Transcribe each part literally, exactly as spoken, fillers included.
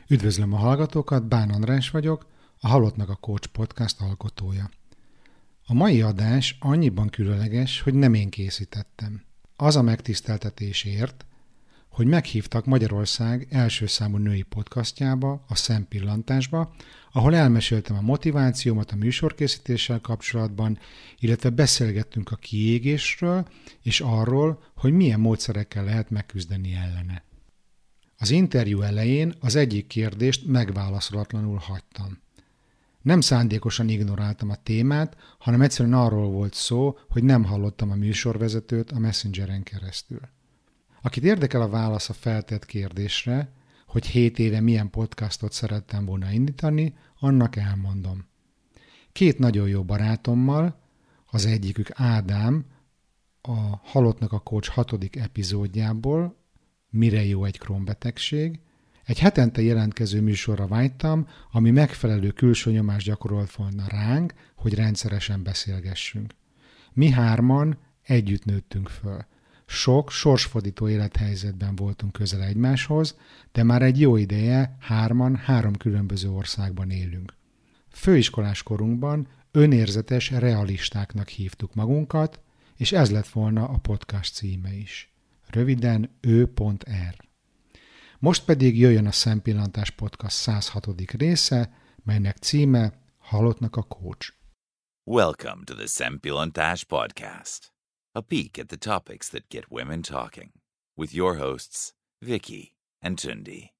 Üdvözlöm a hallgatókat, Bán András vagyok, a Halottnak a Coach podcast alkotója. A mai adás annyiban különleges, hogy nem én készítettem. Az a megtiszteltetésért, hogy meghívtak Magyarország első számú női podcastjába, a Szempillantásba, ahol elmeséltem a motivációmat a műsorkészítéssel kapcsolatban, illetve beszélgettünk a kiégésről és arról, hogy milyen módszerekkel lehet megküzdeni ellene. Az interjú elején az egyik kérdést megválaszolatlanul hagytam. Nem szándékosan ignoráltam a témát, hanem egyszerűen arról volt szó, hogy nem hallottam a műsorvezetőt a Messengeren keresztül. Akit érdekel a válasz a feltett kérdésre, hogy hét éve milyen podcastot szerettem volna indítani, annak elmondom. Két nagyon jó barátommal, az egyikük Ádám, a Halottnak a Coach hatodik epizódjából, Mire jó egy Crohn-betegség, egy hetente jelentkező műsorra vágytam, ami megfelelő külső nyomást gyakorolt volna ránk, hogy rendszeresen beszélgessünk. Mi hárman együtt nőttünk föl. Sok, sorsfordító élethelyzetben voltunk közel egymáshoz, de már egy jó ideje hárman három különböző országban élünk. Főiskolás korunkban önérzetes realistáknak hívtuk magunkat, és ez lett volna a podcast címe is. Röviden ő.r. Most pedig jöjjön a Szempillantás podcast száz hatodik része, melynek címe Halottnak a Coach. Welcome to the Szempillantás podcast, a peek at the topics that get women talking, with your hosts, Vicky and Tündi.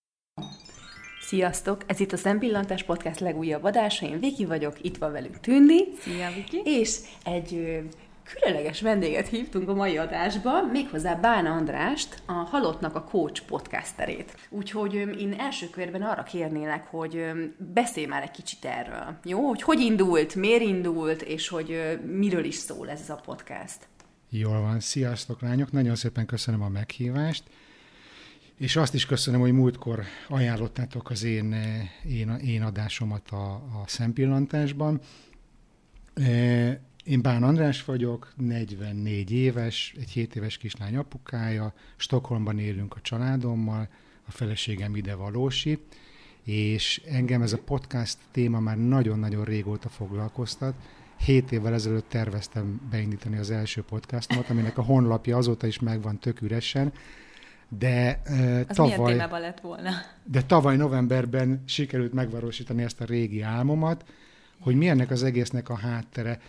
Sziasztok! Ez itt a Szempillantás podcast legújabb adása. Én Viki vagyok, itt van velünk Tündi. Szia, Viki! És egy ö, különleges vendéget hívtunk a mai adásba, méghozzá Bán Andrást, a Halottnak a Coach podcasterét. Úgyhogy ö, én első körben arra kérnélek, hogy ö, beszélj már egy kicsit erről. Jó? Hogy hogy indult, miért indult, és hogy ö, miről is szól ez a podcast. Jól van, sziasztok lányok, nagyon szépen köszönöm a meghívást, és azt is köszönöm, hogy múltkor ajánlottátok az én, én, én adásomat a, a Szempillantásban. Én Bán András vagyok, negyvennégy éves, egy hét éves kislány apukája, Stockholmban élünk a családommal, a feleségem ide valósi, és engem ez a podcast téma már nagyon-nagyon régóta foglalkoztat. Hét évvel ezelőtt terveztem beindítani az első podcastomat, aminek a honlapja azóta is megvan tök üresen, de uh, az tavaly... milyen témában lett volna? De tavaly novemberben sikerült megvalósítani ezt a régi álmomat, hogy mi ennek az egésznek a háttere.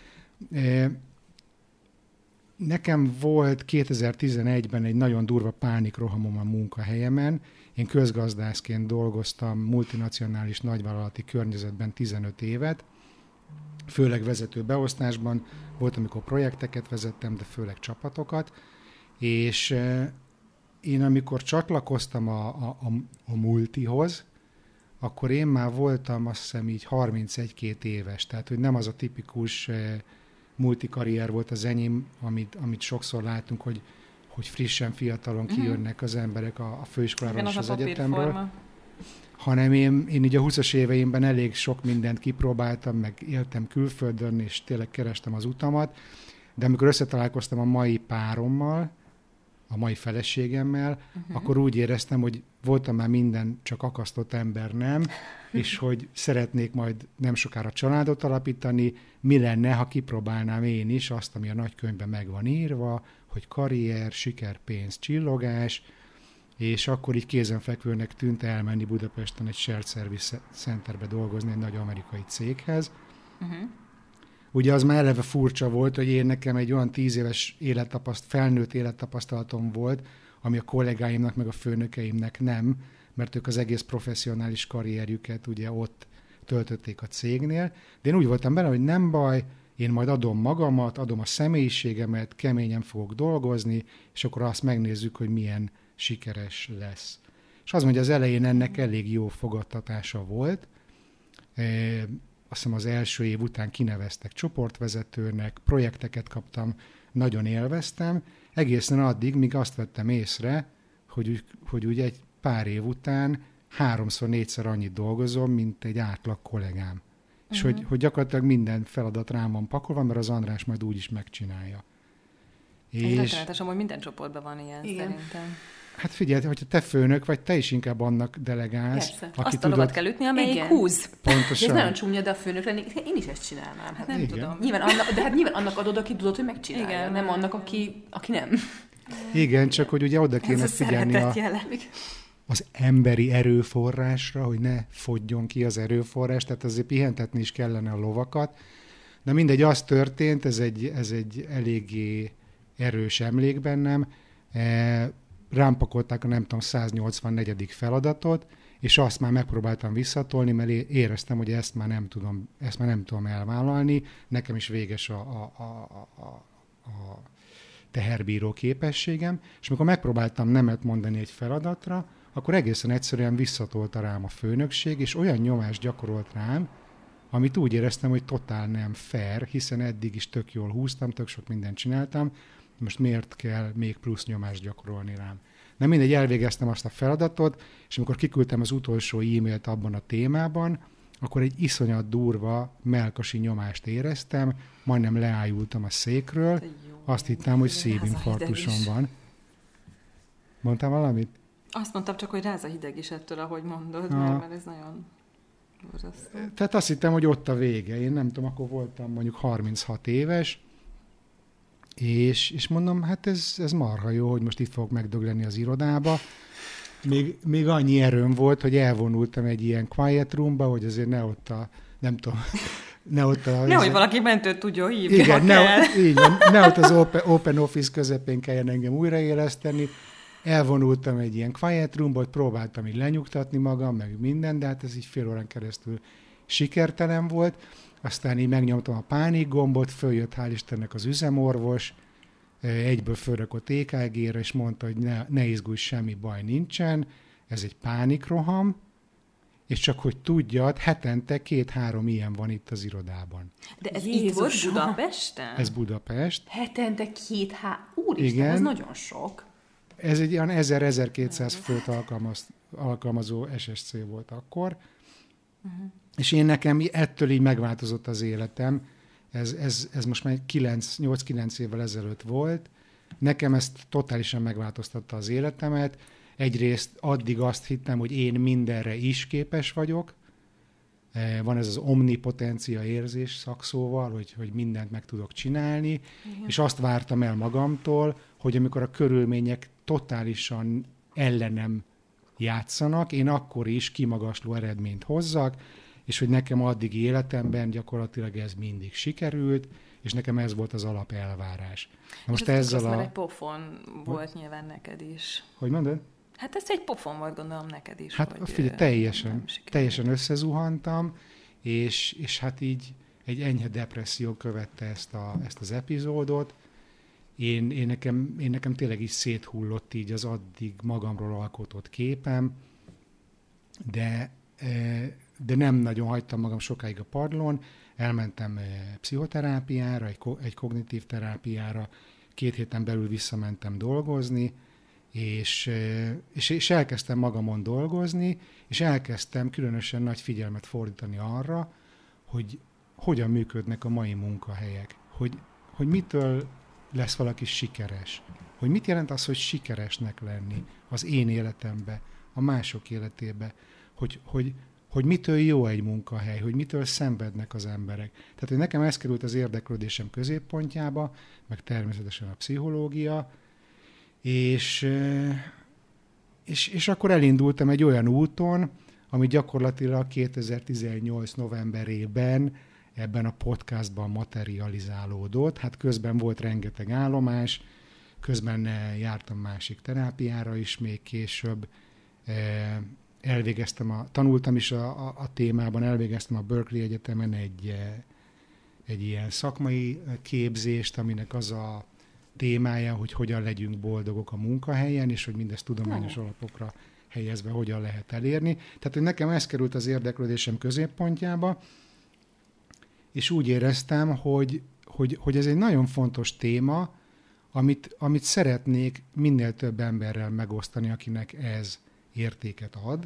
Nekem volt kétezer-tizenegyben egy nagyon durva pánikrohamom a munkahelyemen. Én közgazdászként dolgoztam multinacionális nagyvállalati környezetben tizenöt évet, főleg vezető beosztásban, volt, amikor projekteket vezettem, de főleg csapatokat, és én amikor csatlakoztam a, a, a, a multihoz, akkor én már voltam azt hiszem így harmincegy-két éves, tehát hogy nem az a tipikus multikarrier volt az enyém, amit, amit sokszor látunk, hogy, hogy frissen, fiatalon kijönnek az emberek a, a főiskoláról és az, az egyetemről, hanem én, én így a húszas éveimben elég sok mindent kipróbáltam, meg éltem külföldön, és tényleg kerestem az utamat, de amikor összetalálkoztam a mai párommal, a mai feleségemmel, uh-huh. akkor úgy éreztem, hogy voltam már minden, csak akasztott ember nem, és hogy szeretnék majd nem sokára családot alapítani, mi lenne, ha kipróbálnám én is azt, ami a nagykönyvben meg van írva, hogy karrier, siker, pénz, csillogás, és akkor így kézenfekvőnek tűnt elmenni Budapesten egy shared service centerbe dolgozni egy nagy amerikai céghez. Uh-huh. Ugye az már eleve furcsa volt, hogy én nekem egy olyan tíz éves élettapaszt, felnőtt élettapasztalatom volt, ami a kollégáimnak, meg a főnökeimnek nem, mert ők az egész professzionális karrierjüket ugye ott töltötték a cégnél. De én úgy voltam benne, hogy nem baj, én majd adom magamat, adom a személyiségemet, keményen fogok dolgozni, és akkor azt megnézzük, hogy milyen sikeres lesz. És az mondja, az elején ennek elég jó fogadtatása volt. Azt hiszem az első év után kineveztek csoportvezetőnek, projekteket kaptam, nagyon élveztem, egészen addig, míg azt vettem észre, hogy, hogy ugye egy pár év után háromszor, négyszer annyit dolgozom, mint egy átlag kollégám. Uh-huh. És hogy, hogy gyakorlatilag minden feladat rám van pakolva, mert az András majd úgy is megcsinálja. És rettenetes, amúgy minden csoportban van ilyen, igen. Szerintem. Hát figyelj, hogyha te főnök vagy, te is inkább annak delegálsz. Persze. Aki Azt a lovat kell ütni, amelyik Igen. húz. Pontosan. Ez nagyon csúnya, de a főnök lenni, én is ezt csinálnám. Hát Nem Igen. tudom. Nyilván annak, de hát nyilván annak adod, aki tudod, hogy megcsinálja, Igen. nem annak, aki, aki nem. Igen, csak hogy ugye oda kéne Ez a figyelni a, szeretet jele. az emberi erőforrásra, hogy ne fogjon ki az erőforrás, tehát azért pihentetni is kellene a lovakat. De mindegy, az történt, ez egy, ez egy eléggé erős emlék bennem. E, rám pakolták a nem tudom száznyolcvannegyedik feladatot, és azt már megpróbáltam visszatolni, mert éreztem, hogy ezt már nem tudom, ezt már nem tudom elvállalni. Nekem is véges a, a, a, a, a teherbíró képességem, és amikor megpróbáltam nemet mondani egy feladatra, akkor egészen egyszerűen visszatolta rám a főnökség, és olyan nyomást gyakorolt rám, amit úgy éreztem, hogy totál nem fair, hiszen eddig is tök jól húztam, tök sok mindent csináltam, most miért kell még plusz nyomást gyakorolni rám. Nem mindegy, elvégeztem azt a feladatot, és amikor kiküldtem az utolsó e-mailt abban a témában, akkor egy iszonyat durva melkasi nyomást éreztem, majdnem leájultam a székről, azt hittem, hogy szívinfarktusom van. Mondtál valamit? Azt mondtam csak, hogy ráz a hideg is ettől, ahogy mondod, Ah. mert, mert ez nagyon borzasztó. Tehát azt hittem, hogy ott a vége. Én nem tudom, akkor voltam mondjuk harminchat éves, és, és mondom, hát ez, ez marha jó, hogy most itt fogok megdögleni az irodába. Még, még annyi erőm volt, hogy elvonultam egy ilyen quiet roomba, hogy azért ne ott a, nem tudom, ne ott a... Nehogy valaki mentőt tudjon hívni, Igen, ha ne, kell. így van, ne ott az open, open office közepén kelljen engem újraéleszteni. Elvonultam egy ilyen quiet roomba, hogy próbáltam így lenyugtatni magam, meg minden, de hát ez így fél órán keresztül sikertelen volt. Aztán így megnyomtam a pánik gombot, följött hál' Istennek az üzemorvos, egyből fölrakott é ká gére, és mondta, hogy ne, ne izgulj, semmi baj nincsen, ez egy pánikroham, és csak hogy tudjad, hetente két-három ilyen van itt az irodában. De ez itt volt Jézusom. Budapesten? Ez Budapest. Hetente két há... Úristen, Igen. ez nagyon sok. Ez egy ilyen ezer-ezerkétszáz főt alkalmaz, alkalmazó es es cé volt akkor, uh-huh. és én nekem ettől így megváltozott az életem. Ez, ez, ez most már nyolc-kilenc évvel ezelőtt volt. Nekem ezt totálisan megváltoztatta az életemet. Egyrészt addig azt hittem, hogy én mindenre is képes vagyok. Van ez az omnipotencia érzés szakszóval, hogy, hogy mindent meg tudok csinálni, igen. és azt vártam el magamtól, hogy amikor a körülmények totálisan ellenem játszanak, én akkor is kimagasló eredményt hozzak, és hogy nekem addigi életemben gyakorlatilag ez mindig sikerült, és nekem ez volt az alap elvárás. Na most ez ezzel a... a... egy pofon volt nyilván neked is. Hogy mondod? Hát ez egy pofon volt, gondolom, neked is. Hát hogy figyelj, teljesen, sikerült. teljesen összezuhantam, és, és hát így egy enyhe depresszió követte ezt, a, ezt az epizódot. Én, én, nekem, én nekem tényleg is széthullott így az addig magamról alkotott képem, de, de nem nagyon hagytam magam sokáig a padlón. Elmentem pszichoterápiára, egy, egy kognitív terápiára, két héten belül visszamentem dolgozni, és, és, és elkezdtem magamon dolgozni, és elkezdtem különösen nagy figyelmet fordítani arra, hogy hogyan működnek a mai munkahelyek, hogy, hogy mitől lesz valaki sikeres, hogy mit jelent az, hogy sikeresnek lenni az én életembe, a mások életébe, hogy, hogy, hogy mitől jó egy munkahely, hogy mitől szenvednek az emberek. Tehát, hogy nekem ez került az érdeklődésem középpontjába, meg természetesen a pszichológia, és, és, és akkor elindultam egy olyan úton, ami gyakorlatilag kétezer-tizennyolc novemberében ebben a podcastban materializálódott. Hát közben volt rengeteg állomás, közben jártam másik terápiára is még később, elvégeztem a, tanultam is a, a, a témában, elvégeztem a Berkeley Egyetemen egy, egy ilyen szakmai képzést, aminek az a témája, hogy hogyan legyünk boldogok a munkahelyen, és hogy mindezt tudományos oh. alapokra helyezve hogyan lehet elérni. Tehát, hogy nekem ez került az érdeklődésem középpontjába, és úgy éreztem, hogy, hogy, hogy ez egy nagyon fontos téma, amit, amit szeretnék minél több emberrel megosztani, akinek ez értéket ad.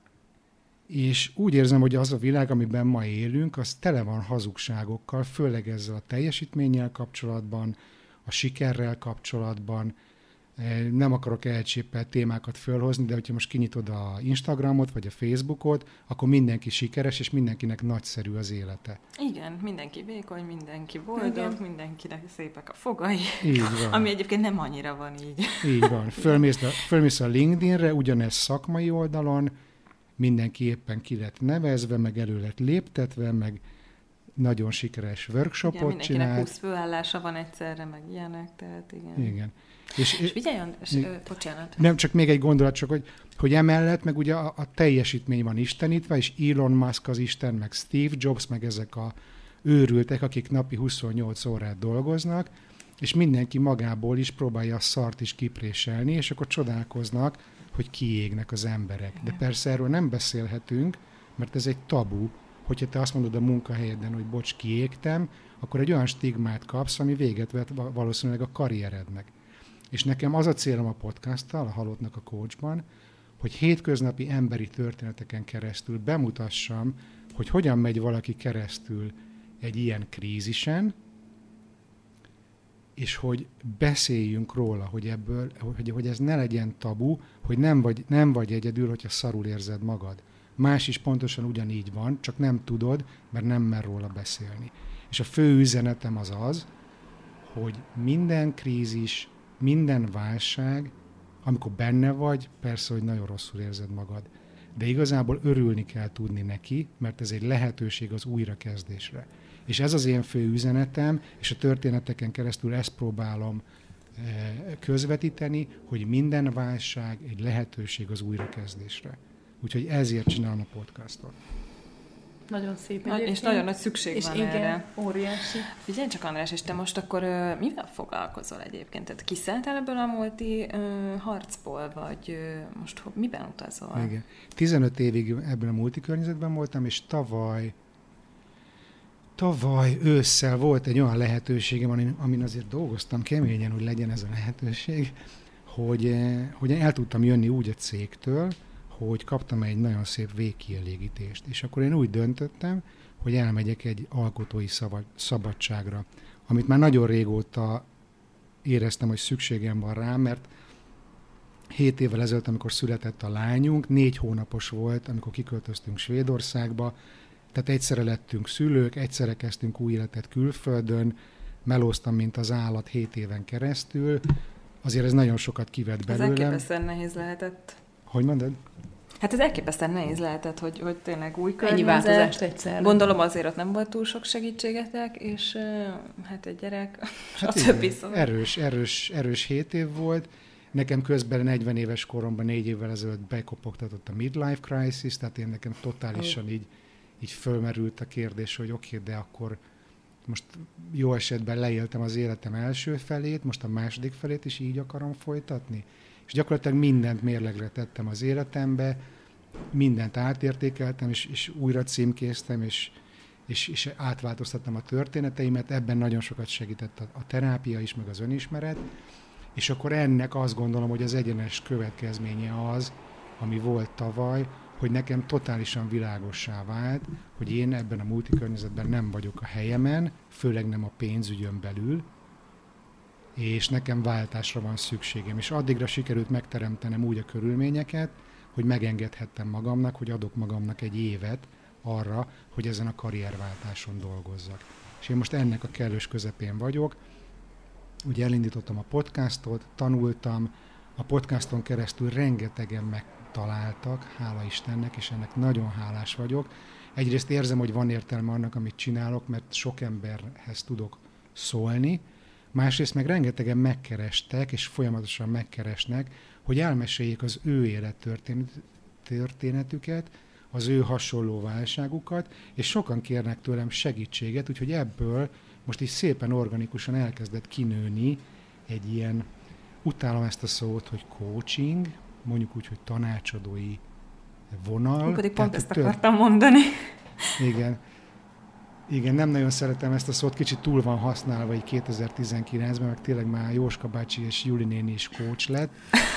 És úgy érzem, hogy az a világ, amiben ma élünk, az tele van hazugságokkal, főleg ezzel a teljesítménnyel kapcsolatban, a sikerrel kapcsolatban. Nem akarok elcséppelt témákat fölhozni, de hogyha most kinyitod a Instagramot, vagy a Facebookot, akkor mindenki sikeres, és mindenkinek nagyszerű az élete. Igen, mindenki vékony, mindenki boldog, Igen. mindenkinek szépek a fogai. Így van. Ami egyébként nem annyira van így. Így van. Fölmész a, fölmész a LinkedInre, ugyanez szakmai oldalon, mindenki éppen ki lett nevezve, meg elő lett léptetve, meg nagyon sikeres workshopot igen, mindenkinek csinált. húsz főállása van egyszerre, meg ilyenek, tehát igen. Igen. És, És figyelj, András, még, ö, bocsánat. Nem, csak még egy gondolat, csak hogy, hogy emellett meg ugye a, a teljesítmény van istenítve, és Elon Musk az Isten, meg Steve Jobs, meg ezek a őrültek, akik napi huszonnyolc órát dolgoznak, és mindenki magából is próbálja a szart is kipréselni, és akkor csodálkoznak, hogy kiégnek az emberek. De persze erről nem beszélhetünk, mert ez egy tabu, hogyha te azt mondod a munkahelyeden, hogy bocs, kiégtem, akkor egy olyan stigmát kapsz, ami véget vet valószínűleg a karrierednek. És nekem az a célom a podcasttal, a Halottnak a Coachban, hogy hétköznapi emberi történeteken keresztül bemutassam, hogy hogyan megy valaki keresztül egy ilyen krízisen, és hogy beszéljünk róla, hogy ebből, hogy, hogy ez ne legyen tabu, hogy nem vagy, nem vagy egyedül, hogyha szarul érzed magad. Más is pontosan ugyanígy van, csak nem tudod, mert nem mer róla beszélni. És a fő üzenetem az az, hogy minden krízis, minden válság, amikor benne vagy, persze, hogy nagyon rosszul érzed magad. De igazából örülni kell tudni neki, mert ez egy lehetőség az újrakezdésre. És ez az én fő üzenetem, és a történeteken keresztül ezt próbálom közvetíteni, hogy minden válság egy lehetőség az újrakezdésre. Úgyhogy ezért csinálom a podcastot. Nagyon szép. Nagy, és nagyon nagy szükség és van igen, erre. óriási. Figyelj csak, András, és te most akkor uh, mivel foglalkozol egyébként? Tehát kiszálltál ebből a multi uh, harcból, vagy uh, most ho- miben utazol? Igen. tizenöt évig ebben a multikörnyezetben voltam, és tavaly Tavaly ősszel volt egy olyan lehetőségem, amin azért dolgoztam keményen, hogy legyen ez a lehetőség, hogy, hogy el tudtam jönni úgy a cégtől, hogy kaptam egy nagyon szép végkielégítést. És akkor én úgy döntöttem, hogy elmegyek egy alkotói szabadságra, amit már nagyon régóta éreztem, hogy szükségem van rá, mert hét évvel ezelőtt, amikor született a lányunk, négy hónapos volt, amikor kiköltöztünk Svédországba, tehát egyszerre lettünk szülők, egyszerre kezdtünk új életet külföldön, melóztam, mint az állat hét éven keresztül. Azért ez nagyon sokat kivett belőlem. Ez elképesztően nehéz lehetett. Hogy mondod? Hát ez elképesztően nehéz lehetett, hogy, hogy tényleg új Ennyi változást egyszerre. Gondolom azért ott nem volt túl sok segítségetek, és hát egy gyerek, Hát a többi szóval. Erős, erős, erős hét év volt. Nekem közben negyven éves koromban, négy évvel ezelőtt bekopogtatott a midlife crisis, tehát én nekem totálisan oh. így így fölmerült a kérdés, hogy oké, okay, de akkor most jó esetben leéltem az életem első felét, most a második felét is így akarom folytatni. És gyakorlatilag mindent mérlegre tettem az életembe, mindent átértékeltem, és, és újra címkéztem, és, és, és átváltoztattam a történeteimet. Ebben nagyon sokat segített a, a terápia is, meg az önismeret. És akkor ennek azt gondolom, hogy az egyenes következménye az, ami volt tavaly, hogy nekem totálisan világossá vált, hogy én ebben a multikörnyezetben nem vagyok a helyemen, főleg nem a pénzügyön belül, és nekem váltásra van szükségem. És addigra sikerült megteremtenem úgy a körülményeket, hogy megengedhettem magamnak, hogy adok magamnak egy évet arra, hogy ezen a karrierváltáson dolgozzak. És én most ennek a kellős közepén vagyok. Ugye elindítottam a podcastot, tanultam, a podcaston keresztül rengetegen meg találtak, hála Istennek, és ennek nagyon hálás vagyok. Egyrészt érzem, hogy van értelme annak, amit csinálok, mert sok emberhez tudok szólni, másrészt meg rengetegen megkerestek, és folyamatosan megkeresnek, hogy elmeséljék az ő élettörténetüket, az ő hasonló válságukat, és sokan kérnek tőlem segítséget, úgyhogy ebből most is szépen organikusan elkezdett kinőni egy ilyen, utálom ezt a szót, hogy coaching, mondjuk úgy, hogy tanácsadói vonal. Én pedig pont Tehát ezt tör... akartam mondani. Igen. Igen, nem nagyon szeretem ezt a szót, kicsit túl van használva így kétezer-tizenkilencben, meg tényleg már Jóska bácsi és Juli néni is coach lett.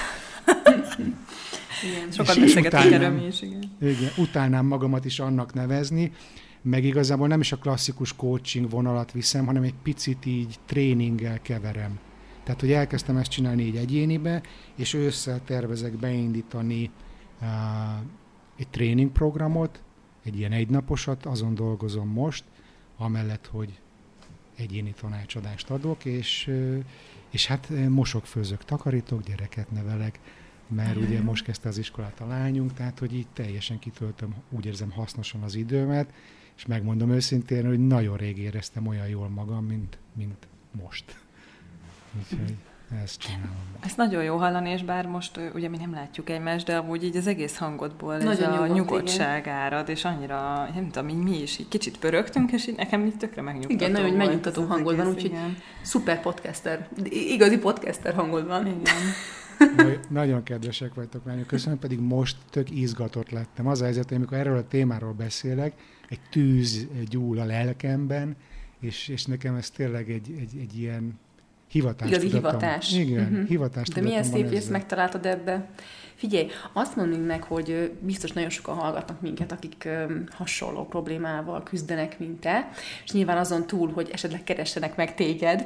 Igen, sokat beszélgetünk erről mi is, igen. Igen, utálnám magamat is annak nevezni, meg igazából nem is a klasszikus coaching vonalat viszem, hanem egy picit így tréninggel keverem. Tehát, hogy elkezdtem ezt csinálni így egyénibe, és ősszel tervezek beindítani uh, egy tréningprogramot, egy ilyen egynaposat, azon dolgozom most, amellett, hogy egyéni tanácsadást adok, és, és hát mosok, főzök, takarítok, gyereket nevelek, mert ugye most kezdte az iskolát a lányunk, tehát hogy így teljesen kitöltöm, úgy érzem hasznosan az időmet, és megmondom őszintén, hogy nagyon rég éreztem olyan jól magam, mint, mint most. Úgyhogy ezt csinálom. Ez nagyon jó hallani, és bár most ugye mi nem látjuk egymást, de amúgy így az egész hangodból ez nagyon a nyugodt, nyugodtság igen. árad, és annyira, nem tudom, így mi is így kicsit pörögtünk, és így nekem így tökre megnyugtató. Igen, nagyon megnyugtató hangod van, úgyhogy szuper podcaster, igazi podcaster hangod van. Igen. Nagyon kedvesek vagytok, lányok, köszönöm, pedig most tök izgatott lettem. Az a helyzet, hogy amikor erről a témáról beszélek, egy tűz gyúl a lelkemben, és, és nekem ez tényleg egy, egy, egy ilyen hivatás. Igazi tudatom. hivatás. Igen, uh-huh. hivatás. De milyen szép, hogy ezt megtaláltad ebbe. Figyelj, azt mondjuk meg, hogy biztos nagyon sokan hallgatnak minket, akik hasonló problémával küzdenek, mint te, és nyilván azon túl, hogy esetleg keressenek meg téged,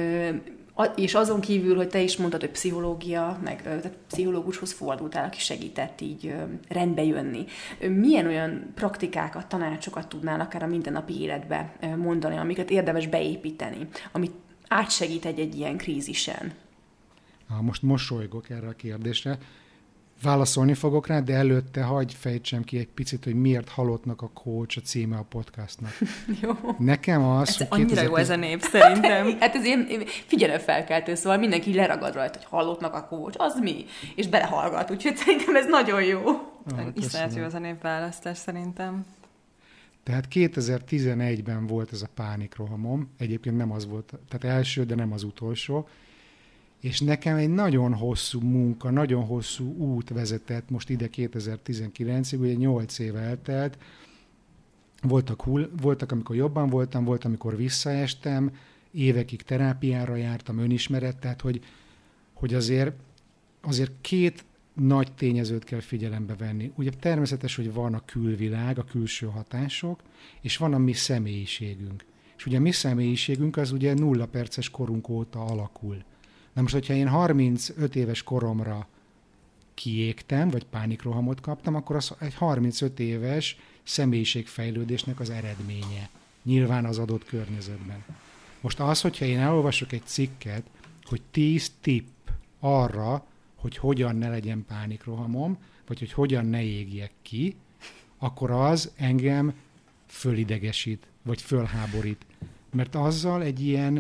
és azon kívül, hogy te is mondtad, hogy pszichológia, meg tehát pszichológushoz fordultál, aki segített így rendbe jönni. Milyen olyan praktikákat, tanácsokat tudnál akár a mindennapi életbe mondani, amiket érdemes beépíteni, amit átsegít egy-egy ilyen krízisen? Most mosolygok erre a kérdésre. Válaszolni fogok rá, de előtte hagyj fejtsem ki egy picit, hogy miért halottnak a coach a címe a podcastnak. Jó. Nekem az, ez hogy annyira kétezer-tíz jó ez a név szerintem. Hát ez ilyen figyelemfelkeltő, szóval mindenki leragad rajta, hogy halottnak a coach, az mi? És belehallgat, úgyhogy szerintem ez nagyon jó. Ah, Iszonyat jó ez a névválasztás szerintem. Tehát kétezer-tizenegyben volt ez a pánikrohamom, egyébként nem az volt, tehát első, de nem az utolsó, és nekem egy nagyon hosszú munka, nagyon hosszú út vezetett most ide kétezer-tizenkilencig, ugye nyolc év eltelt, voltak, hull, voltak, amikor jobban voltam, volt, amikor visszaestem, évekig terápiára jártam, önismeret, tehát hogy, hogy azért, azért két nagy tényezőt kell figyelembe venni. Ugye természetes, hogy van a külvilág, a külső hatások, és van a mi személyiségünk. És ugye a mi személyiségünk az ugye nulla perces korunk óta alakul. Na most, hogyha én harmincöt éves koromra kiégtem, vagy pánikrohamot kaptam, akkor az egy harmincöt éves személyiségfejlődésnek az eredménye. Nyilván az adott környezetben. Most az, hogyha én elolvasok egy cikket, hogy tíz tipp arra, hogy hogyan ne legyen pánikrohamom, vagy hogy hogyan ne égjek ki, akkor az engem fölidegesít, vagy fölháborít. Mert azzal egy ilyen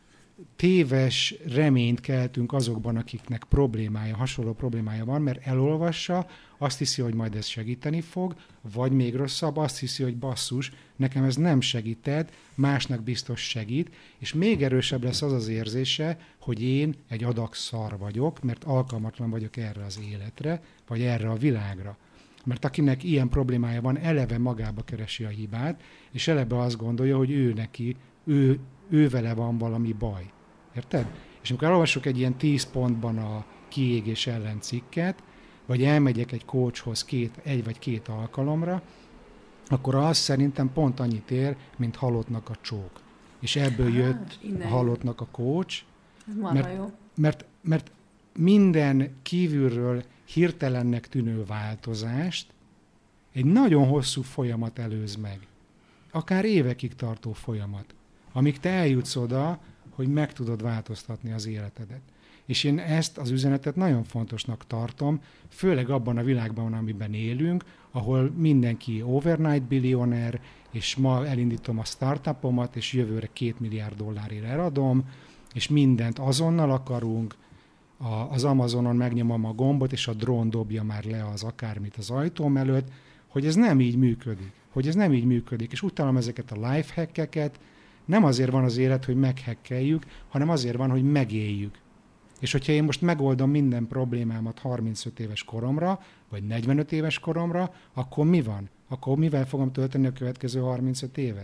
téves reményt keltünk azokban, akiknek problémája, hasonló problémája van, mert elolvassa, azt hiszi, hogy majd ez segíteni fog, vagy még rosszabb, azt hiszi, hogy basszus, nekem ez nem segített, másnak biztos segít, és még erősebb lesz az az érzése, hogy én egy adag szar vagyok, mert alkalmatlan vagyok erre az életre, vagy erre a világra. Mert akinek ilyen problémája van, eleve magába keresi a hibát, és eleve azt gondolja, hogy ő neki, ő, ő vele van valami baj. Érted? És amikor elolvasok egy ilyen tíz pontban a kiégés ellen cikket, vagy elmegyek egy coachhoz két, egy vagy két alkalomra, akkor az szerintem pont annyit ér, mint halottnak a csók. És ebből jött ah, a halottnak a coach, mert, mert, mert minden kívülről hirtelennek tűnő változást egy nagyon hosszú folyamat előz meg. Akár évekig tartó folyamat, amíg te eljutsz oda, hogy meg tudod változtatni az életedet. És én ezt az üzenetet nagyon fontosnak tartom, főleg abban a világban, amiben élünk, ahol mindenki overnight billionaire, és ma elindítom a startupomat, és jövőre két milliárd dollárért eladom, és mindent azonnal akarunk, a, az Amazonon megnyomom a gombot, és a drón dobja már le az akármit az ajtóm előtt, hogy ez nem így működik. Hogy ez nem így működik. És utálom ezeket a lifehackeket. Nem azért van az élet, hogy meghekkeljük, hanem azért van, hogy megéljük. És hogyha én most megoldom minden problémámat harmincöt éves koromra, vagy negyvenöt éves koromra, akkor mi van? Akkor mivel fogom tölteni a következő harmincöt évet?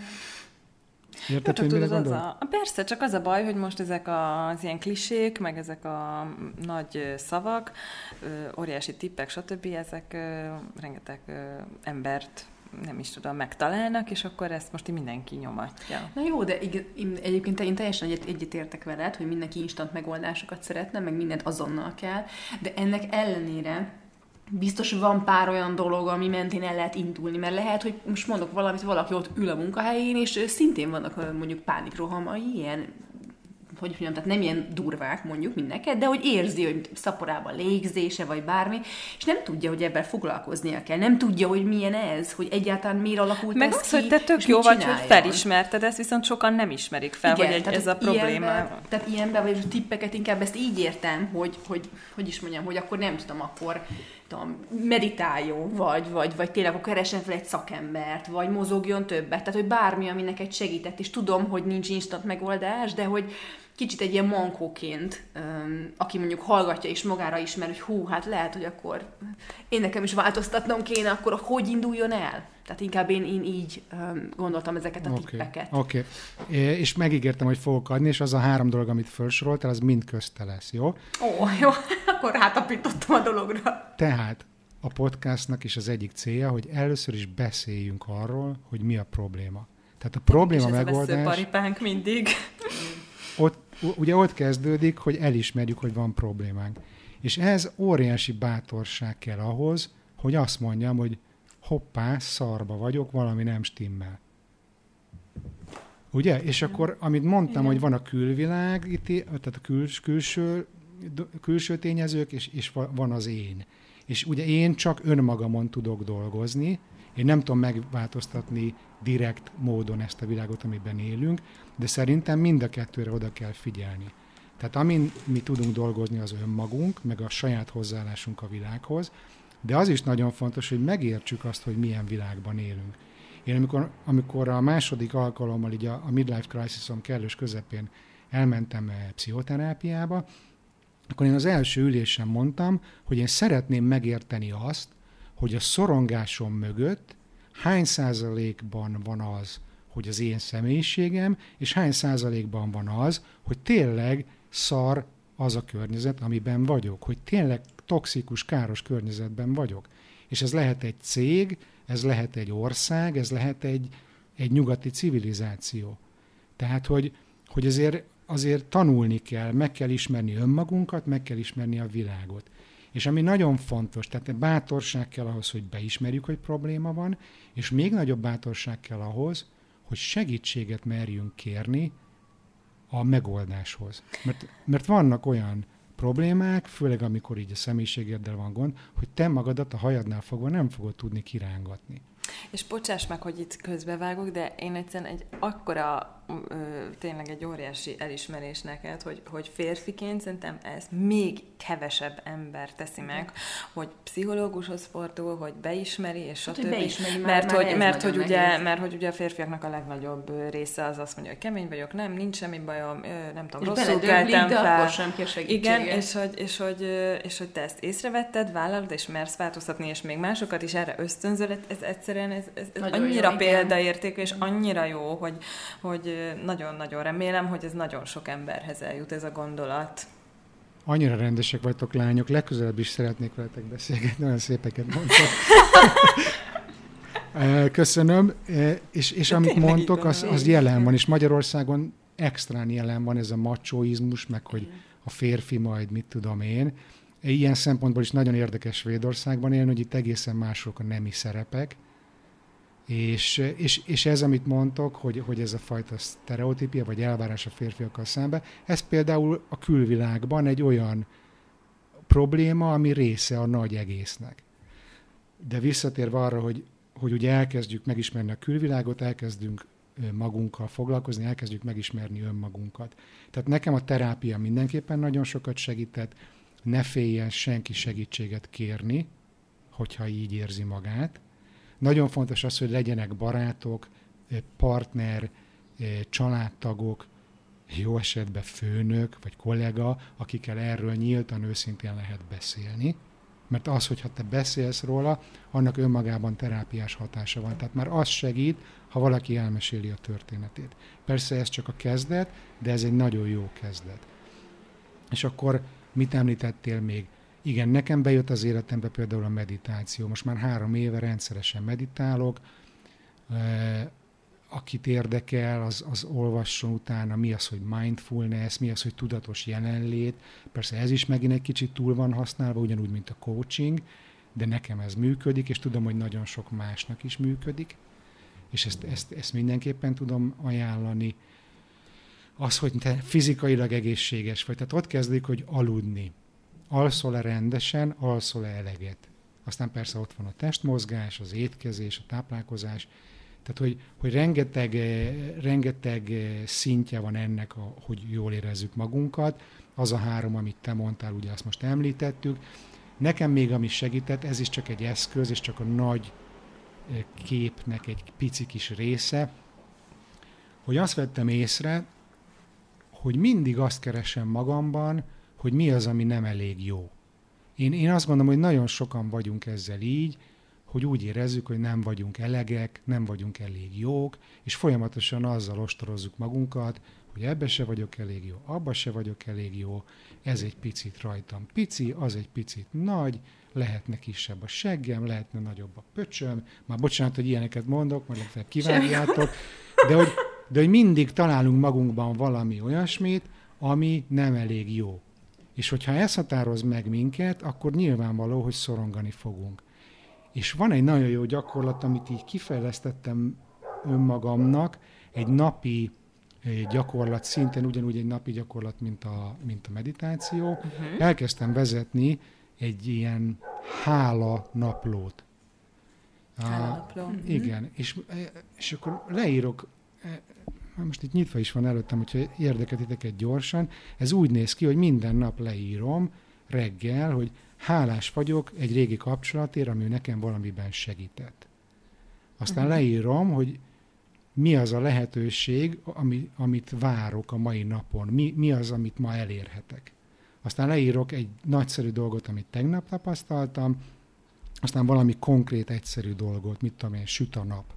Érted, hogy mire gondolok? A... Persze, csak az a baj, hogy most ezek az ilyen klisék, meg ezek a nagy szavak, óriási tippek, stb. Ezek rengeteg embert nem is tudom, megtalálnak, és akkor ezt most mindenki nyomatja. Na jó, de ig- egyébként én teljesen egyet, egyetértek veled, hogy mindenki instant megoldásokat szeretne, meg mindent azonnal kell, de ennek ellenére biztos van pár olyan dolog, ami mentén el lehet indulni, mert lehet, hogy most mondok valamit, valaki ott ül a munkahelyén, és szintén vannak mondjuk pánikrohamai, ilyen, hogy mondjam, tehát nem ilyen durvák mondjuk, mint neked, de hogy érzi, hogy szaporában légzése, vagy bármi, és nem tudja, hogy ebben foglalkoznia kell. Nem tudja, hogy milyen ez, hogy egyáltalán miért alakult meg ez az, ki, hogy te tök jó vagy, hogy felismerted ezt, viszont sokan nem ismerik fel, igen, hogy egy, ez a probléma. Ilyenbe, tehát ilyenben, vagy a tippeket inkább ezt így értem, hogy, hogy, hogy is mondjam, hogy akkor nem tudom, akkor tudom, meditáljon, vagy, vagy, vagy tényleg akkor keressen fel egy szakembert, vagy mozogjon többet, tehát hogy bármi, ami neked segített, és tudom, hogy nincs instant megoldás, de hogy kicsit egy ilyen mankóként, um, aki mondjuk hallgatja és magára ismer, hogy hú, hát lehet, hogy akkor én nekem is változtatnom kéne, akkor hogy induljon el? Tehát inkább én, én így um, gondoltam ezeket a okay, tippeket. Oké, okay. És megígértem, hogy fogok adni, és az a három dolog, amit felsoroltál, az mind közte lesz, jó? Ó, jó, akkor hátapítottam a dologra. Tehát a podcastnak is az egyik célja, hogy először is beszéljünk arról, hogy mi a probléma. Tehát a probléma és megoldás... És ez a veszőparipánk mindig. Ott, ugye ott kezdődik, hogy elismerjük, hogy van problémánk. És ez óriási bátorság kell ahhoz, hogy azt mondjam, hogy hoppá, szarba vagyok, valami nem stimmel. Ugye? És akkor, amit mondtam, igen, hogy van a külvilág, tehát a küls, külső, külső tényezők, és, és van az én. És ugye én csak önmagamon tudok dolgozni, én nem tudom megváltoztatni direkt módon ezt a világot, amiben élünk, de szerintem mind a kettőre oda kell figyelni. Tehát amin mi tudunk dolgozni, az önmagunk, meg a saját hozzáállásunk a világhoz, de az is nagyon fontos, hogy megértsük azt, hogy milyen világban élünk. Én amikor, amikor a második alkalommal így a, a midlife crisis-om kellős közepén elmentem pszichoterápiába, akkor én az első ülésen mondtam, hogy én szeretném megérteni azt, hogy a szorongásom mögött hány százalékban van az, hogy az én személyiségem, és hány százalékban van az, hogy tényleg szar az a környezet, amiben vagyok, hogy tényleg toxikus, káros környezetben vagyok. És ez lehet egy cég, ez lehet egy ország, ez lehet egy, egy nyugati civilizáció. Tehát, hogy, hogy azért, azért tanulni kell, meg kell ismerni önmagunkat, meg kell ismerni a világot. És ami nagyon fontos, tehát bátorság kell ahhoz, hogy beismerjük, hogy probléma van, és még nagyobb bátorság kell ahhoz, hogy segítséget merjünk kérni a megoldáshoz. Mert, mert vannak olyan problémák, főleg amikor így a személyiségeddel van gond, hogy te magadat a hajadnál fogva nem fogod tudni kirángatni. És bocsáss meg, hogy itt közbevágok, de én egyszerűen egy akkora, ö, tényleg egy óriási elismerés neked, hogy, hogy férfiként szerintem ezt még kevesebb ember teszi meg, hogy pszichológushoz fordul, hogy beismeri, és hát, stb. Beismeri, mert, már, hogy, már mert, hogy ugye, mert hogy ugye a férfiaknak a legnagyobb része az azt mondja, hogy kemény vagyok, nem, nincs semmi bajom, nem tudom, és rosszul keltem fel. Akkor sem kér segítséget. Igen, és hogy, és, hogy, és hogy te ezt észrevetted, vállalod, és mersz változtatni, és még másokat is erre ösztönzöl, ez egyszerűen ez, ez, ez annyira jó, példaértékű, és annyira jó, hogy, hogy nagyon-nagyon remélem, hogy ez nagyon sok emberhez eljut ez a gondolat. Annyira rendesek vagytok, lányok, legközelebb is szeretnék veletek beszélgetni, nagyon szépeket mondtok. Köszönöm, és, és amit mondtok, az, az jelen van, és Magyarországon extrán jelen van ez a macsóizmus, meg hogy a férfi majd, mit tudom én. Ilyen szempontból is nagyon érdekes Svédországban élni, hogy itt egészen mások a nemi szerepek, és, és, és ez, amit mondtok, hogy, hogy ez a fajta sztereotípia, vagy elvárás a férfiakkal szemben, ez például a külvilágban egy olyan probléma, ami része a nagy egésznek. De visszatérve arra, hogy, hogy ugye elkezdjük megismerni a külvilágot, elkezdünk magunkkal foglalkozni, elkezdjük megismerni önmagunkat. Tehát nekem a terápia mindenképpen nagyon sokat segített, ne féljen senki segítséget kérni, hogyha így érzi magát. Nagyon fontos az, hogy legyenek barátok, partner, családtagok, jó esetben főnök vagy kollega, akikkel erről nyíltan, őszintén lehet beszélni. Mert az, hogyha te beszélsz róla, annak önmagában terápiás hatása van. Tehát már az segít, ha valaki elmeséli a történetét. Persze ez csak a kezdet, de ez egy nagyon jó kezdet. És akkor mit említettél még? Igen, nekem bejött az életembe például a meditáció. Most már három éve rendszeresen meditálok. Akit érdekel, az, az olvasson utána, mi az, hogy mindfulness, mi az, hogy tudatos jelenlét. Persze ez is megint egy kicsit túl van használva, ugyanúgy, mint a coaching, de nekem ez működik, és tudom, hogy nagyon sok másnak is működik, és ezt, ezt, ezt mindenképpen tudom ajánlani. Az, hogy te fizikailag egészséges vagy, tehát ott kezdik, hogy aludni. Alszol-e rendesen, alszol-e eleget. Aztán persze ott van a testmozgás, az étkezés, a táplálkozás. Tehát, hogy, hogy rengeteg, rengeteg szintje van ennek, a, hogy jól érezzük magunkat. Az a három, amit te mondtál, ugye azt most említettük. Nekem még, ami segített, ez is csak egy eszköz, és csak a nagy képnek egy pici kis része, hogy azt vettem észre, hogy mindig azt keresem magamban, hogy mi az, ami nem elég jó. Én, én azt gondolom, hogy nagyon sokan vagyunk ezzel így, hogy úgy érezzük, hogy nem vagyunk elegek, nem vagyunk elég jók, és folyamatosan azzal ostorozzuk magunkat, hogy ebbe se vagyok elég jó, abba se vagyok elég jó, ez egy picit rajtam pici, az egy picit nagy, lehetne kisebb a seggem, lehetne nagyobb a pöcsöm, már bocsánat, hogy ilyeneket mondok, majd legfeljebb kivágjátok, de hogy, de hogy mindig találunk magunkban valami olyasmit, ami nem elég jó. És hogyha ez határoz meg minket, akkor nyilvánvaló, hogy szorongani fogunk. És van egy nagyon jó gyakorlat, amit így kifejlesztettem önmagamnak, egy napi gyakorlat, szintén ugyanúgy egy napi gyakorlat, mint a, mint a meditáció. Uh-huh. Elkezdtem vezetni egy ilyen hála naplót. Hála napló. Uh, igen, és, és akkor leírok, most itt nyitva is van előttem, hogyha érdekel titeket gyorsan, ez úgy néz ki, hogy minden nap leírom reggel, hogy hálás vagyok egy régi kapcsolatért, ami nekem valamiben segített. Aztán uh-huh. leírom, hogy mi az a lehetőség, ami, amit várok a mai napon, mi, mi az, amit ma elérhetek. Aztán leírok egy nagyszerű dolgot, amit tegnap tapasztaltam, aztán valami konkrét, egyszerű dolgot, mit tudom én, süt a nap.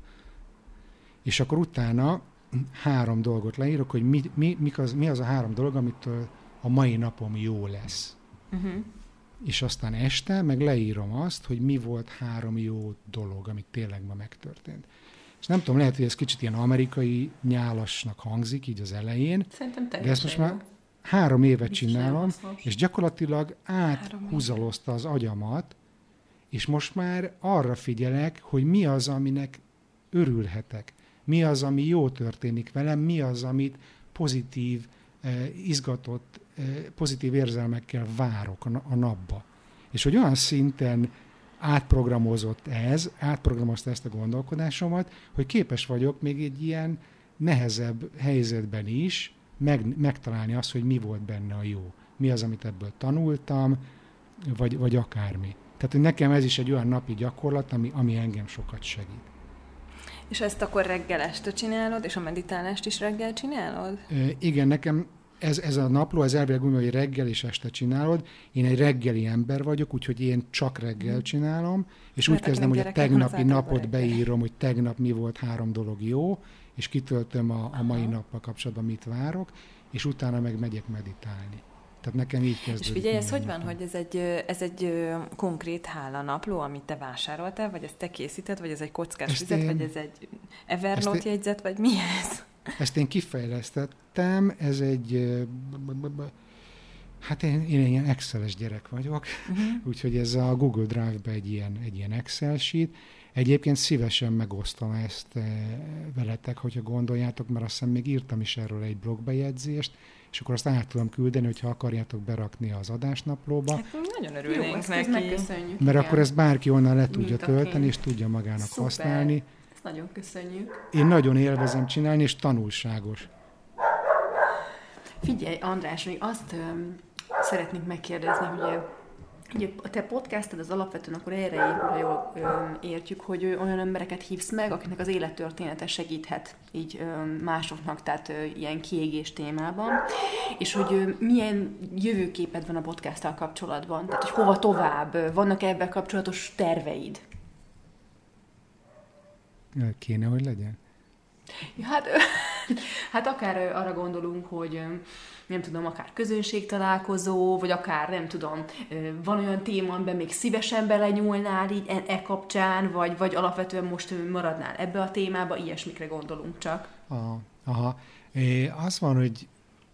És akkor utána három dolgot leírok, hogy mi, mi, mi, az, mi az a három dolog, amitől a mai napom jó lesz. Uh-huh. És aztán este meg leírom azt, hogy mi volt három jó dolog, amit tényleg ma megtörtént. És nem tudom, lehet, hogy ez kicsit ilyen amerikai nyálasnak hangzik így az elején, szerintem de ezt most már három évet csinálom, és gyakorlatilag áthúzalozta az agyamat, és most már arra figyelek, hogy mi az, aminek örülhetek, mi az, ami jó történik velem, mi az, amit pozitív, izgatott, pozitív érzelmekkel várok a napba. És hogy olyan szinten átprogramozott ez, átprogramozta ezt a gondolkodásomat, hogy képes vagyok még egy ilyen nehezebb helyzetben is meg, megtalálni azt, hogy mi volt benne a jó. Mi az, amit ebből tanultam, vagy, vagy akármi. Tehát hogy nekem ez is egy olyan napi gyakorlat, ami, ami engem sokat segít. És ezt akkor reggel este csinálod, és a meditálást is reggel csinálod? E, igen, nekem ez, ez a napló, ez elvileg úgy, hogy reggel és este csinálod. Én egy reggeli ember vagyok, úgyhogy én csak reggel csinálom, és mert úgy kezdem, hogy a tegnapi napot beírom, hogy tegnap mi volt három dolog jó, és kitöltöm a, a mai nappal kapcsolatban, mit várok, és utána meg megyek meditálni. Tehát nekem így kezdődik. És figyelj, ez hogy van, hogy ez egy, ez egy konkrét hálanapló, amit te vásároltál, vagy ezt te készíted, vagy ez egy kockás vizet, én, vagy ez egy Evernote jegyzet, vagy mi ez? Ezt én kifejlesztettem, ez egy, hát én, én egy ilyen Excel-es gyerek vagyok, uh-huh. úgyhogy ez a Google Drive-be egy ilyen, egy ilyen Excel sheet. Egyébként szívesen megosztom ezt veletek, hogyha gondoljátok, mert azt hiszem még írtam is erről egy blogbejegyzést, és akkor azt át tudom küldeni, hogyha akarjátok berakni az adásnaplóba. Hát nagyon örülnénk neki. Megköszönjük. Mert igen. Akkor ezt bárki onnan le tudja tölteni, és tudja magának Szuper. használni. Ezt nagyon köszönjük. Én nagyon élvezem csinálni, és tanulságos. Figyelj, András, még azt öm, szeretnénk megkérdezni, hogy ugye a te podcasted az alapvetően akkor erre épül, ha jól öm, értjük, hogy olyan embereket hívsz meg, akiknek az élettörténete segíthet így öm, másoknak, tehát ö, ilyen kiégés témában, és hogy öm, milyen jövőképed van a podcasttal kapcsolatban, tehát hogy hova tovább, vannak ebben kapcsolatos terveid? Kéne, hogy legyen? Ja, hát Hát akár arra gondolunk, hogy nem tudom, akár közönségtalálkozó, vagy akár nem tudom, van olyan téma, amiben még szívesen belenyúlnál így e, e kapcsán, vagy, vagy alapvetően most maradnál ebbe a témába, ilyesmikre gondolunk csak. Aha, aha. É, az van, hogy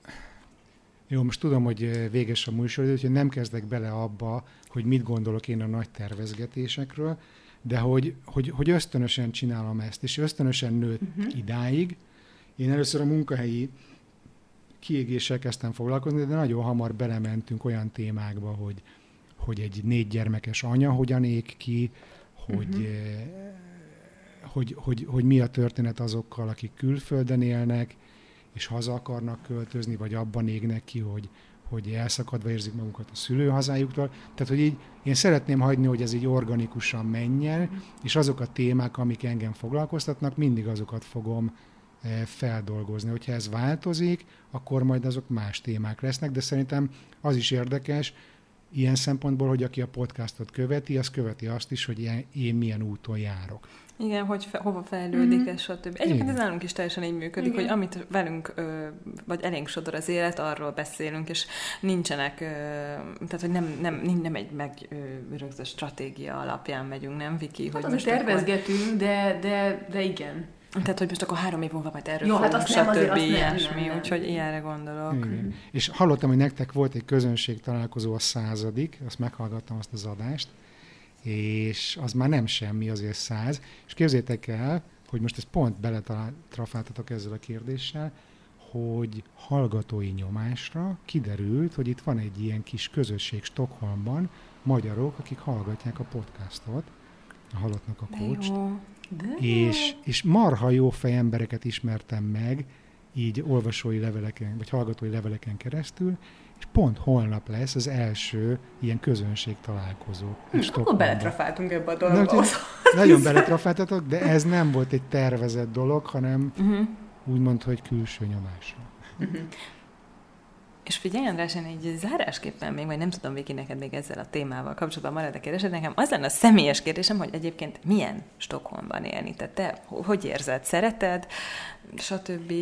jó, most tudom, hogy véges a műsor, úgyhogy nem kezdek bele abba, hogy mit gondolok én a nagy tervezgetésekről, de hogy, hogy, hogy ösztönösen csinálom ezt, és ösztönösen nőtt uh-huh. idáig. Én először a munkahelyi kiégéssel kezdtem foglalkozni, de nagyon hamar belementünk olyan témákba, hogy, hogy egy négy gyermekes anya hogyan ég ki, hogy, uh-huh. hogy, hogy, hogy mi a történet azokkal, akik külföldön élnek, és haza akarnak költözni, vagy abban égnek ki, hogy, hogy elszakadva érzik magukat a szülőhazájuktól. Tehát, hogy így én szeretném hagyni, hogy ez így organikusan menjen, és azok a témák, amik engem foglalkoztatnak, mindig azokat fogom feldolgozni. Hogyha ez változik, akkor majd azok más témák lesznek, de szerintem az is érdekes, ilyen szempontból, hogy aki a podcastot követi, az követi azt is, hogy én milyen úton járok. Igen, hogy fe, hova fejlődik, mm-hmm. és stb. Egyébként Igen. ez nálunk is teljesen így működik, Igen. hogy amit velünk, ö, vagy elénk sodor az élet, arról beszélünk, és nincsenek, ö, tehát hogy nem, nem, nem egy megrögzött stratégia alapján megyünk, nem, Viki? Hát hogy most tervezgetünk, akkor... de, de, de igen. Tehát, hogy most akkor három év múlva majd erről Jó, fogunk, hát azt nem, azért azt ilyesmi, nem, úgyhogy ilyenre gondolok. Igen. És hallottam, hogy nektek volt egy közönség találkozó a századik, azt meghallgattam azt az adást, és az már nem semmi, azért száz. És képzeljétek el, hogy most ezt pont beletrafáltatok ezzel a kérdéssel, hogy hallgatói nyomásra kiderült, hogy itt van egy ilyen kis közösség Stockholmban, magyarok, akik hallgatják a podcastot, a Halottnak a Coacht. És, és marha jó fej embereket ismertem meg, így olvasói leveleken, vagy hallgatói leveleken keresztül, és pont holnap lesz az első ilyen közönség találkozó. Hm, akkor beletrafáltunk ebbe a dologba. Na, nagyon beletrafáltatok, de ez nem volt egy tervezett dolog, hanem uh-huh. úgymond, hogy külső nyomásra. Uh-huh. És figyelj, András, én egy zárásképpen még, vagy nem tudom, Viki, neked még ezzel a témával kapcsolatban marad a kérdésed, nekem az lenne a személyes kérdésem, hogy egyébként milyen Stockholmban élni? Tehát te hogy érzed? Szereted? Stb.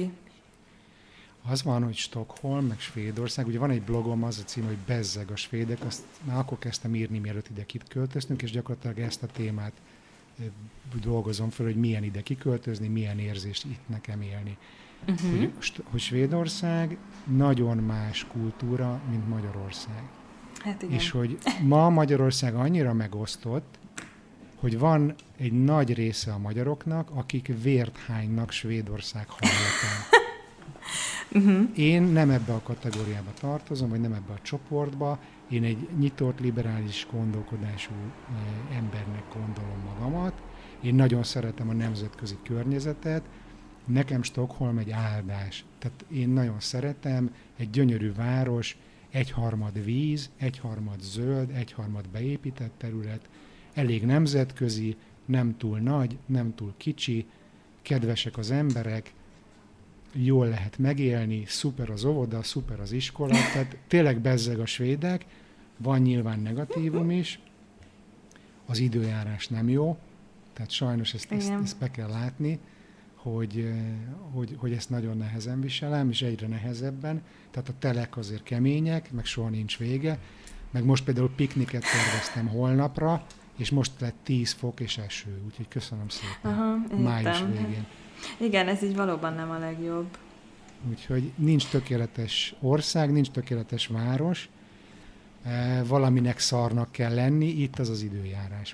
Az van, hogy Stockholm, meg Svédország, ugye van egy blogom, az a cím, hogy Bezzeg a svédek, azt már akkor kezdtem írni, mielőtt ide kiköltöztünk, és gyakorlatilag ezt a témát dolgozom fel, hogy milyen ide kiköltözni, milyen érzést itt nekem élni. Uh-huh. Hogy, hogy Svédország nagyon más kultúra, mint Magyarország. Hát igen. És hogy ma Magyarország annyira megosztott, hogy van egy nagy része a magyaroknak, akik vért hánynak Svédország hallatán. Uh-huh. Én nem ebbe a kategóriába tartozom, vagy nem ebbe a csoportba. Én egy nyitott, liberális gondolkodású eh, embernek gondolom magamat. Én nagyon szeretem a nemzetközi környezetet. Nekem Stockholm egy áldás. Tehát én nagyon szeretem, egy gyönyörű város, egyharmad víz, egyharmad zöld, egyharmad beépített terület, elég nemzetközi, nem túl nagy, nem túl kicsi, kedvesek az emberek, jól lehet megélni, szuper az óvoda, szuper az iskola, tehát tényleg bezzeg a svédek, van nyilván negatívum is, az időjárás nem jó, tehát sajnos ezt, ezt, ezt be kell látni, hogy, hogy, hogy ezt nagyon nehezen viselem, és egyre nehezebben, tehát a telek azért kemények, meg soha nincs vége, meg most például pikniket terveztem holnapra, és most lett tíz fok és eső, úgyhogy köszönöm szépen. Aha, május végén. Igen, ez így valóban nem a legjobb. Úgyhogy nincs tökéletes ország, nincs tökéletes város, valaminek szarnak kell lenni, itt az az időjárás.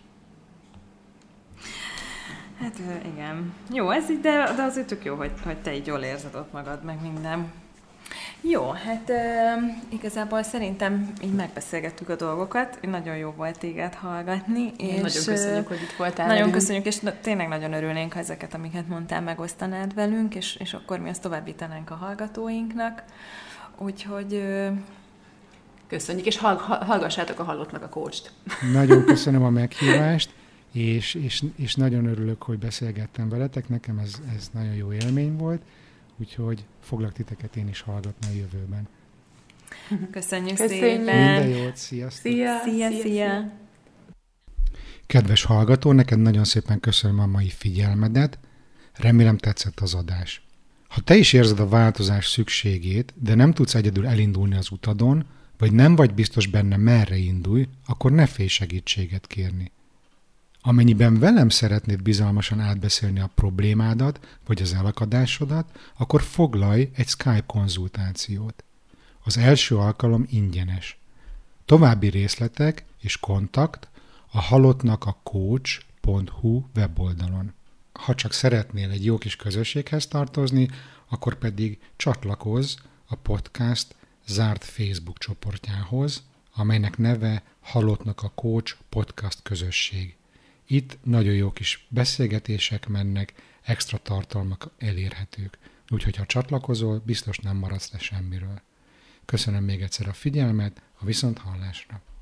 Hát igen. Jó, ez így, de, de azért tök jó, hogy, hogy te így jól érzed ott magad, meg minden. Jó, hát e, igazából szerintem így megbeszélgettük a dolgokat. Nagyon jó volt téged hallgatni. És nagyon köszönjük, hogy itt voltál. Nagyon velünk. Köszönjük, és tényleg nagyon örülnénk, ha ezeket, amiket mondtál, megosztanád velünk, és, és akkor mi azt továbbítanánk a hallgatóinknak. Úgyhogy... E, köszönjük, és hallgassátok a Halottnak a Coacht. Nagyon köszönöm a meghívást, és, és, és nagyon örülök, hogy beszélgettem veletek. Nekem ez, ez nagyon jó élmény volt. Úgyhogy foglak titeket én is hallgatni a jövőben. Köszönjük, Köszönjük szépen! Minden jót, sziasztok! Szia, szia, szia, szia! Kedves hallgató, neked nagyon szépen köszönöm a mai figyelmedet. Remélem tetszett az adás. Ha te is érzed a változás szükségét, de nem tudsz egyedül elindulni az utadon, vagy nem vagy biztos benne, merre indulj, akkor ne félj segítséget kérni. Amennyiben velem szeretnéd bizalmasan átbeszélni a problémádat, vagy az elakadásodat, akkor foglalj egy Skype konzultációt. Az első alkalom ingyenes. További részletek és kontakt a halottnak a coach pont hu weboldalon. Ha csak szeretnél egy jó kis közösséghez tartozni, akkor pedig csatlakozz a podcast zárt Facebook csoportjához, amelynek neve Halottnak a Coach Podcast Közösség. Itt nagyon jó kis beszélgetések mennek, extra tartalmak elérhetők. Úgyhogy ha csatlakozol, biztos nem maradsz le semmiről. Köszönöm még egyszer a figyelmet, a viszonthallásra!